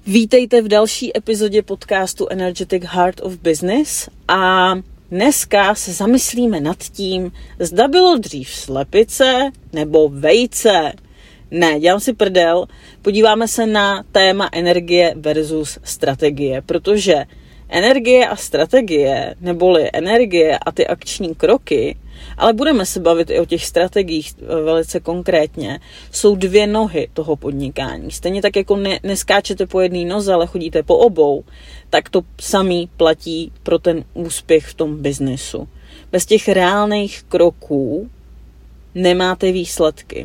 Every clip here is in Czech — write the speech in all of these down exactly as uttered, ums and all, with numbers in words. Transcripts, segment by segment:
Vítejte v další epizodě podcastu Energetic Heart of Business a dneska se zamyslíme nad tím, zda bylo dřív slepice nebo vejce. Ne, dělám si prdel, podíváme se na téma energie versus strategie, protože energie a strategie, neboli energie a ty akční kroky, ale budeme se bavit i o těch strategiích velice konkrétně, jsou dvě nohy toho podnikání. Stejně tak jako ne, neskáčete po jedné noze, ale chodíte po obou, tak to samý platí pro ten úspěch v tom biznesu. Bez těch reálných kroků nemáte výsledky.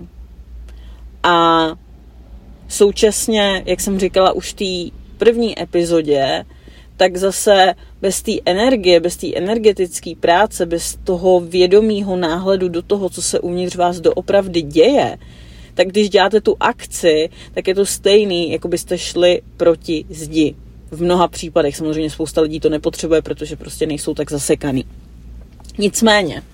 A současně, jak jsem říkala už v té první epizodě, tak zase bez té energie, bez té energetické práce, bez toho vědomího náhledu do toho, co se uvnitř vás doopravdy děje, tak když děláte tu akci, tak je to stejný, jako byste šli proti zdi. V mnoha případech samozřejmě spousta lidí to nepotřebuje, protože prostě nejsou tak zasekaný. Nicméně,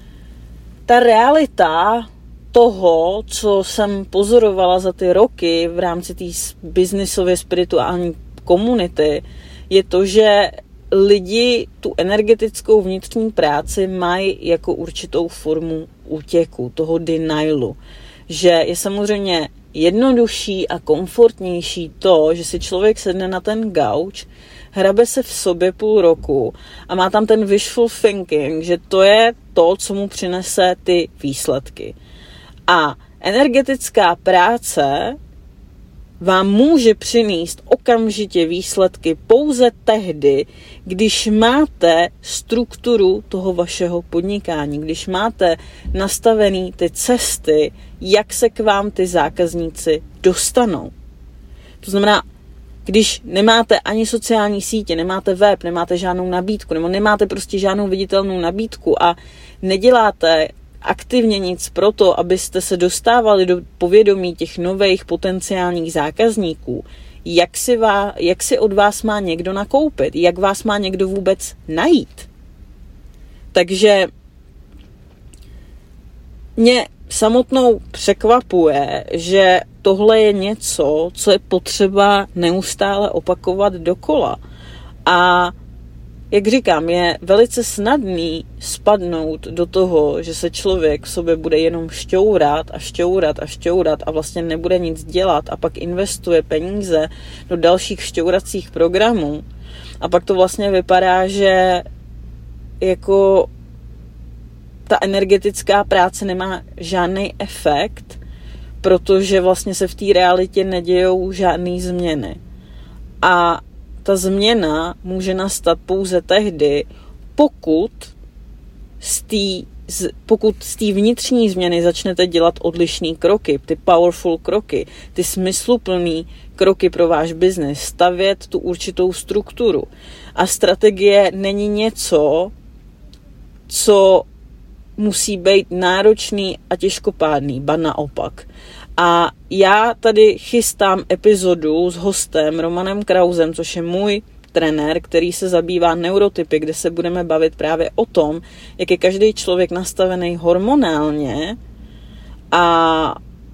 ta realita toho, co jsem pozorovala za ty roky v rámci té biznisové spirituální komunity, je to, že lidi tu energetickou vnitřní práci mají jako určitou formu útěku, toho denialu. Že je samozřejmě jednodušší a komfortnější to, že si člověk sedne na ten gauč, hrabe se v sobě půl roku a má tam ten wishful thinking, že to je to, co mu přinese ty výsledky. A energetická práce vám může přinést okamžitě výsledky pouze tehdy, když máte strukturu toho vašeho podnikání, když máte nastavený ty cesty, jak se k vám ty zákazníci dostanou. To znamená, když nemáte ani sociální sítě, nemáte web, nemáte žádnou nabídku, nebo nemáte prostě žádnou viditelnou nabídku a neděláte aktivně nic pro to, abyste se dostávali do povědomí těch nových potenciálních zákazníků, jak si, vás, jak si od vás má někdo nakoupit, jak vás má někdo vůbec najít. Takže mě samotnou překvapuje, že tohle je něco, co je potřeba neustále opakovat dokola. A jak říkám, je velice snadný spadnout do toho, že se člověk v sobě bude jenom šťourat a šťourat a šťourat a vlastně nebude nic dělat a pak investuje peníze do dalších šťouracích programů a pak to vlastně vypadá, že jako ta energetická práce nemá žádný efekt, protože vlastně se v té realitě nedějou žádný změny. A ta změna může nastat pouze tehdy, pokud z té pokud z té vnitřní změny začnete dělat odlišné kroky, ty powerful kroky, ty smysluplný kroky pro váš biznes, stavět tu určitou strukturu. A strategie není něco, co musí být náročný a těžkopádný, ba naopak. A já tady chystám epizodu s hostem Romanem Krausem, což je můj trenér, který se zabývá neurotypy, kde se budeme bavit právě o tom, jak je každý člověk nastavený hormonálně a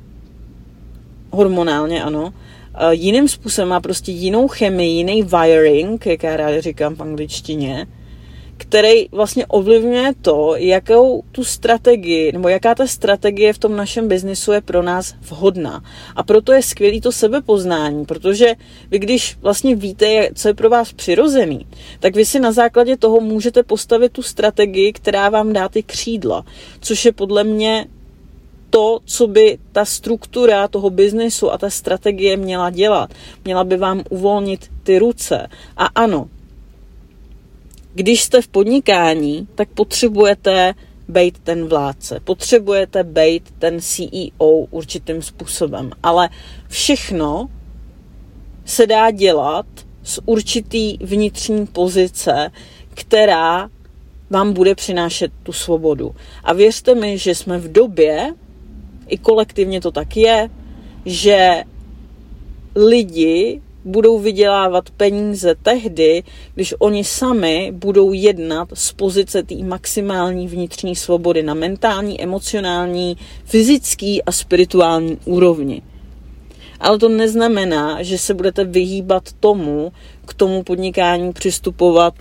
hormonálně, ano, jiným způsobem má prostě jinou chemii, jiný wiring, jak já rád říkám v angličtině, který vlastně ovlivňuje to, jakou tu strategii, nebo jaká ta strategie v tom našem biznisu je pro nás vhodná. A proto je skvělý to sebepoznání, protože vy když vlastně víte, co je pro vás přirozený, tak vy si na základě toho můžete postavit tu strategii, která vám dá ty křídla, což je podle mě to, co by ta struktura toho biznesu a ta strategie měla dělat. Měla by vám uvolnit ty ruce. A ano, když jste v podnikání, tak potřebujete být ten vládce, potřebujete být ten C E O určitým způsobem, ale všechno se dá dělat z určitý vnitřní pozice, která vám bude přinášet tu svobodu. A věřte mi, že jsme v době, i kolektivně to tak je, že lidi budou vydělávat peníze tehdy, když oni sami budou jednat z pozice té maximální vnitřní svobody na mentální, emocionální, fyzický a spirituální úrovni. Ale to neznamená, že se budete vyhýbat tomu, k tomu podnikání přistupovat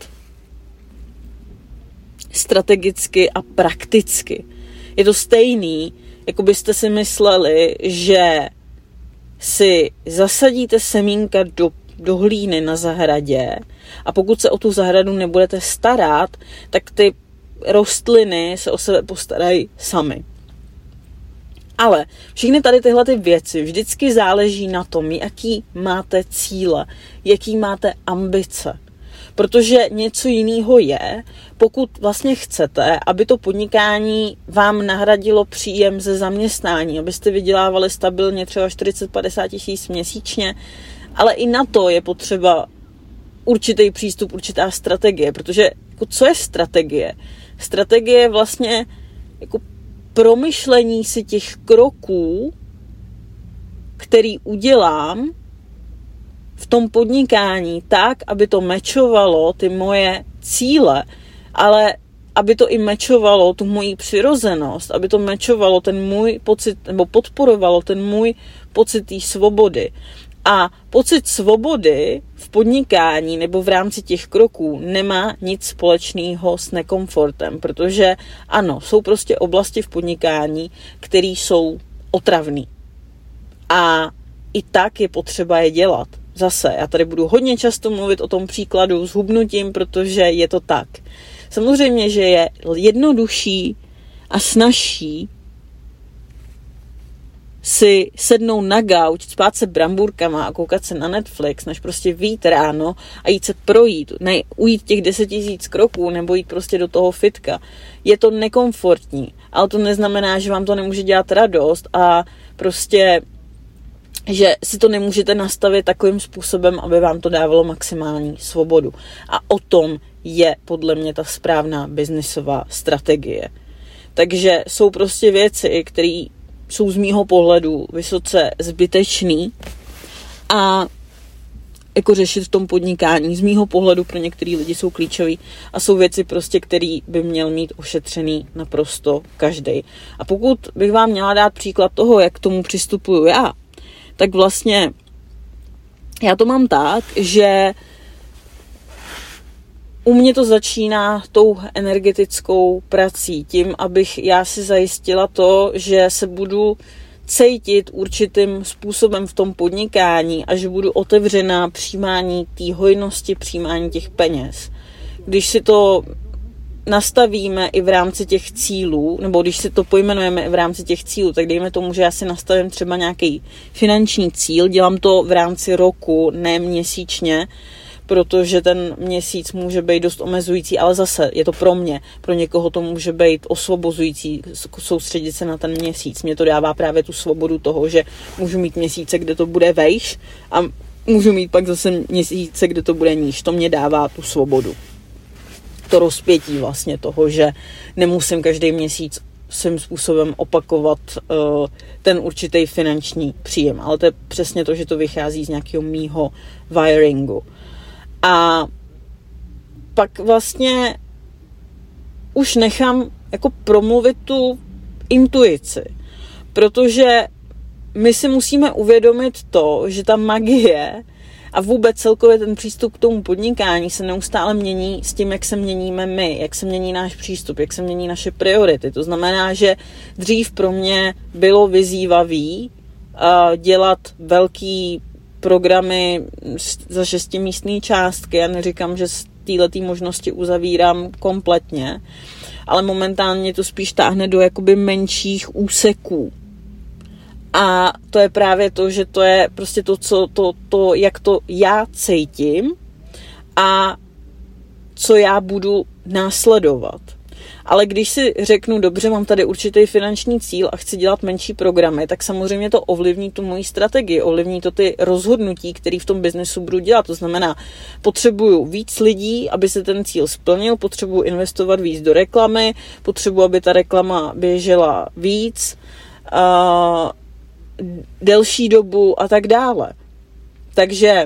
strategicky a prakticky. Je to stejný, jako byste si mysleli, že si zasadíte semínka do, do hlíny na zahradě a pokud se o tu zahradu nebudete starat, tak ty rostliny se o sebe postarají sami. Ale všechny tady tyhle ty věci vždycky záleží na tom, jaký máte cíle, jaký máte ambice. Protože něco jiného je, pokud vlastně chcete, aby to podnikání vám nahradilo příjem ze zaměstnání, abyste vydělávali stabilně třeba čtyřicet padesát tisíc měsíčně, ale i na to je potřeba určitý přístup, určitá strategie, protože jako co je strategie? Strategie je vlastně jako promyšlení si těch kroků, který udělám v tom podnikání tak, aby to mečovalo ty moje cíle, ale aby to i mečovalo tu moji přirozenost, aby to mečovalo ten můj pocit, nebo podporovalo ten můj pocit té svobody. A pocit svobody v podnikání nebo v rámci těch kroků nemá nic společného s nekomfortem, protože ano, jsou prostě oblasti v podnikání, které jsou otravné. A i tak je potřeba je dělat. Zase, já tady budu hodně často mluvit o tom příkladu s hubnutím, protože je to tak. Samozřejmě, že je jednodušší a snazší si sednout na gauč, spát se brambůrkama a koukat se na Netflix, než prostě vyjít ráno a jít se projít, ne ujít těch deset tisíc kroků nebo jít prostě do toho fitka. Je to nekomfortní, ale to neznamená, že vám to nemůže dělat radost a prostě že si to nemůžete nastavit takovým způsobem, aby vám to dávalo maximální svobodu. A o tom je podle mě ta správná biznisová strategie. Takže jsou prostě věci, které jsou z mýho pohledu vysoce zbytečný a jako řešit v tom podnikání z mýho pohledu pro některý lidi jsou klíčový a jsou věci prostě, které by měl mít ošetřený naprosto každej. A pokud bych vám měla dát příklad toho, jak k tomu přistupuju já, tak vlastně já to mám tak, že u mě to začíná tou energetickou prací, tím, abych já si zajistila to, že se budu cítit určitým způsobem v tom podnikání a že budu otevřená přijímání té hojnosti, přijímání těch peněz. Když si to nastavíme i v rámci těch cílů, nebo když si to pojmenujeme i v rámci těch cílů, tak dejme tomu, že já si nastavím třeba nějaký finanční cíl, dělám to v rámci roku, ne měsíčně, protože ten měsíc může být dost omezující, ale zase je to pro mě. Pro někoho to může být osvobozující, soustředit se na ten měsíc. Mě to dává právě tu svobodu toho, že můžu mít měsíce, kde to bude vejš a můžu mít pak zase měsíce, kde to bude níž. To mě dává tu svobodu. To rozpětí vlastně toho, že nemusím každý měsíc svým způsobem opakovat uh, ten určitý finanční příjem. Ale to je přesně to, že to vychází z nějakého mýho wiringu. A pak vlastně už nechám jako promluvit tu intuici, protože my si musíme uvědomit to, že ta magie a vůbec celkově ten přístup k tomu podnikání se neustále mění s tím, jak se měníme my, jak se mění náš přístup, jak se mění naše priority. To znamená, že dřív pro mě bylo vyzývavý uh, dělat velký programy za šestimístné částky. Já neříkám, že z této možnosti uzavírám kompletně, ale momentálně to spíš táhne do jakoby menších úseků. A to je právě to, že to je prostě to, co, to, to, jak to já cítím a co já budu následovat. Ale když si řeknu, dobře, mám tady určitý finanční cíl a chci dělat menší programy, tak samozřejmě to ovlivní tu moji strategii, ovlivní to ty rozhodnutí, které v tom biznesu budu dělat. To znamená, potřebuju víc lidí, aby se ten cíl splnil, potřebuju investovat víc do reklamy, potřebuju, aby ta reklama běžela víc, uh, delší dobu a tak dále. Takže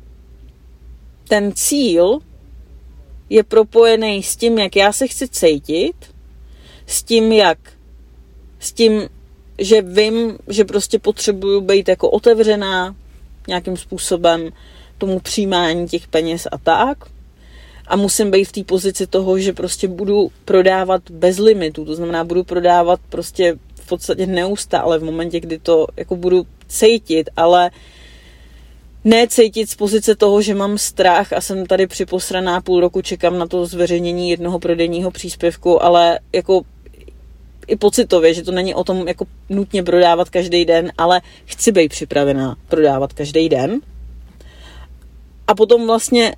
ten cíl je propojený s tím, jak já se chci cítit, s tím, jak, s tím, že vím, že prostě potřebuju být jako otevřená nějakým způsobem tomu přijímání těch peněz a tak. A musím být v té pozici toho, že prostě budu prodávat bez limitu. To znamená, budu prodávat prostě v podstatě neustále v momentě, kdy to jako budu cítit, ale ne cítit z pozice toho, že mám strach a jsem tady připosraná půl roku, čekám na to zveřejnění jednoho prodejního příspěvku, ale jako i pocitově, že to není o tom jako nutně prodávat každý den, ale chci být připravená prodávat každý den. A potom vlastně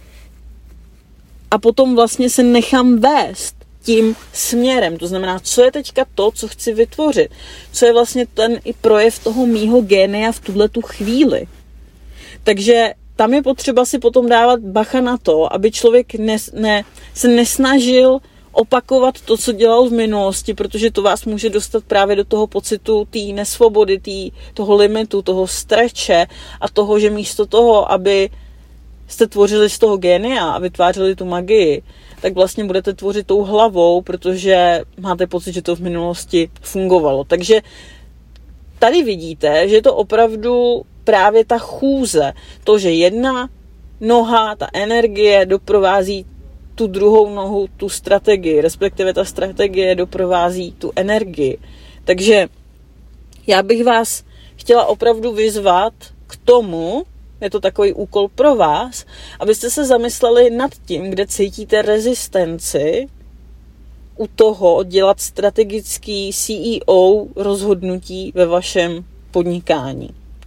a potom vlastně se nechám vést tím směrem. To znamená, co je teďka to, co chci vytvořit. Co je vlastně ten i projev toho mýho génia v tuhletu chvíli. Takže tam je potřeba si potom dávat bacha na to, aby člověk ne, ne, se nesnažil opakovat to, co dělal v minulosti, protože to vás může dostat právě do toho pocitu té nesvobody, tý, toho limitu, toho stretche a toho, že místo toho, aby jste tvořili z toho génia a vytvářeli tu magii, tak vlastně budete tvořit tou hlavou, protože máte pocit, že to v minulosti fungovalo. Takže tady vidíte, že je to opravdu právě ta chůze, to, že jedna noha, ta energie doprovází tu druhou nohu, tu strategii, respektive ta strategie doprovází tu energii. Takže já bych vás chtěla opravdu vyzvat k tomu, je to takový úkol pro vás, abyste se zamysleli nad tím, kde cítíte rezistenci u toho dělat strategický C E O rozhodnutí ve vašem podnikání.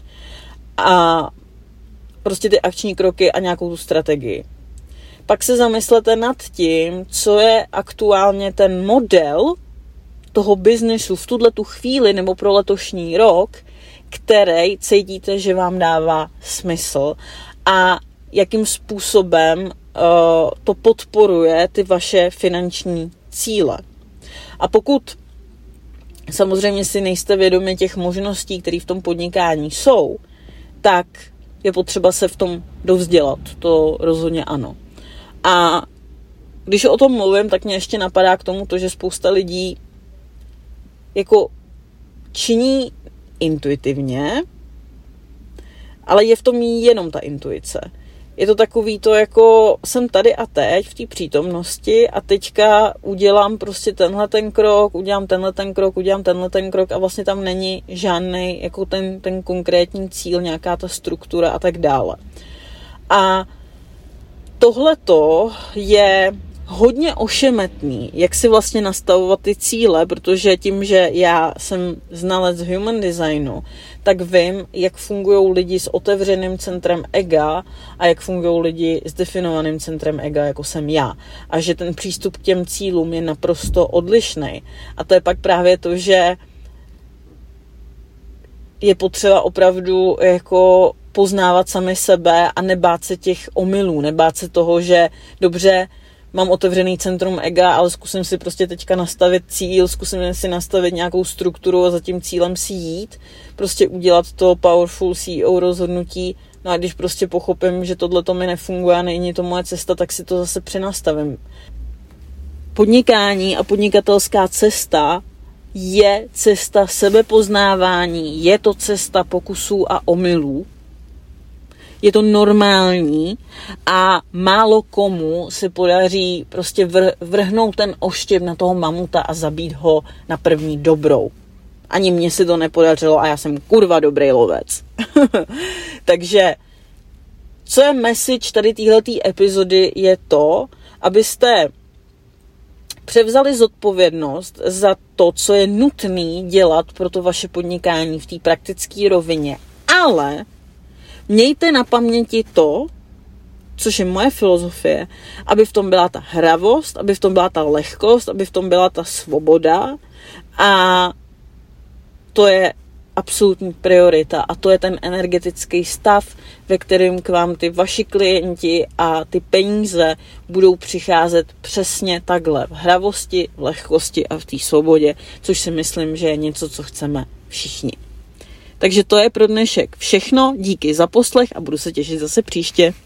A prostě ty akční kroky a nějakou tu strategii. Pak se zamyslete nad tím, co je aktuálně ten model toho biznesu v tuhletu chvíli nebo pro letošní rok, který cítíte, že vám dává smysl a jakým způsobem uh, to podporuje ty vaše finanční cíle. A pokud samozřejmě si nejste vědomi těch možností, které v tom podnikání jsou, tak je potřeba se v tom dovzdělat. To rozhodně ano. A když o tom mluvím, tak mě ještě napadá k tomu to, že spousta lidí jako činí intuitivně, ale je v tom jenom ta intuice. Je to takový to, jako jsem tady a teď v té přítomnosti a teďka udělám prostě tenhle ten krok, udělám tenhle ten krok, udělám tenhle ten krok a vlastně tam není žádnej jako ten, ten konkrétní cíl, nějaká ta struktura a tak dále. A tohleto je hodně ošemetný, jak si vlastně nastavovat ty cíle, protože tím, že já jsem znalec human designu, tak vím, jak fungují lidi s otevřeným centrem ega a jak fungují lidi s definovaným centrem ega, jako jsem já. A že ten přístup k těm cílům je naprosto odlišný. A to je pak právě to, že je potřeba opravdu jako poznávat sami sebe a nebát se těch omylů, nebát se toho, že dobře, mám otevřený centrum ega, ale zkusím si prostě teďka nastavit cíl, zkusím si nastavit nějakou strukturu a za tím cílem si jít, prostě udělat to powerful C E O rozhodnutí, no a když prostě pochopím, že tohleto mi nefunguje a není to moje cesta, tak si to zase přenastavím. Podnikání a podnikatelská cesta je cesta sebepoznávání, je to cesta pokusů a omylů, je to normální a málo komu se podaří prostě vrhnout ten oštěp na toho mamuta a zabít ho na první dobrou. Ani mně se to nepodařilo a já jsem kurva dobrý lovec. Takže co je message tady téhletý epizody je to, abyste převzali zodpovědnost za to, co je nutné dělat pro to vaše podnikání v té praktické rovině, ale mějte na paměti to, což je moje filozofie, aby v tom byla ta hravost, aby v tom byla ta lehkost, aby v tom byla ta svoboda a to je absolutní priorita a to je ten energetický stav, ve kterém k vám ty vaši klienti a ty peníze budou přicházet přesně takhle, v hravosti, v lehkosti a v té svobodě, což si myslím, že je něco, co chceme všichni. Takže to je pro dnešek všechno, díky za poslech a budu se těšit zase příště.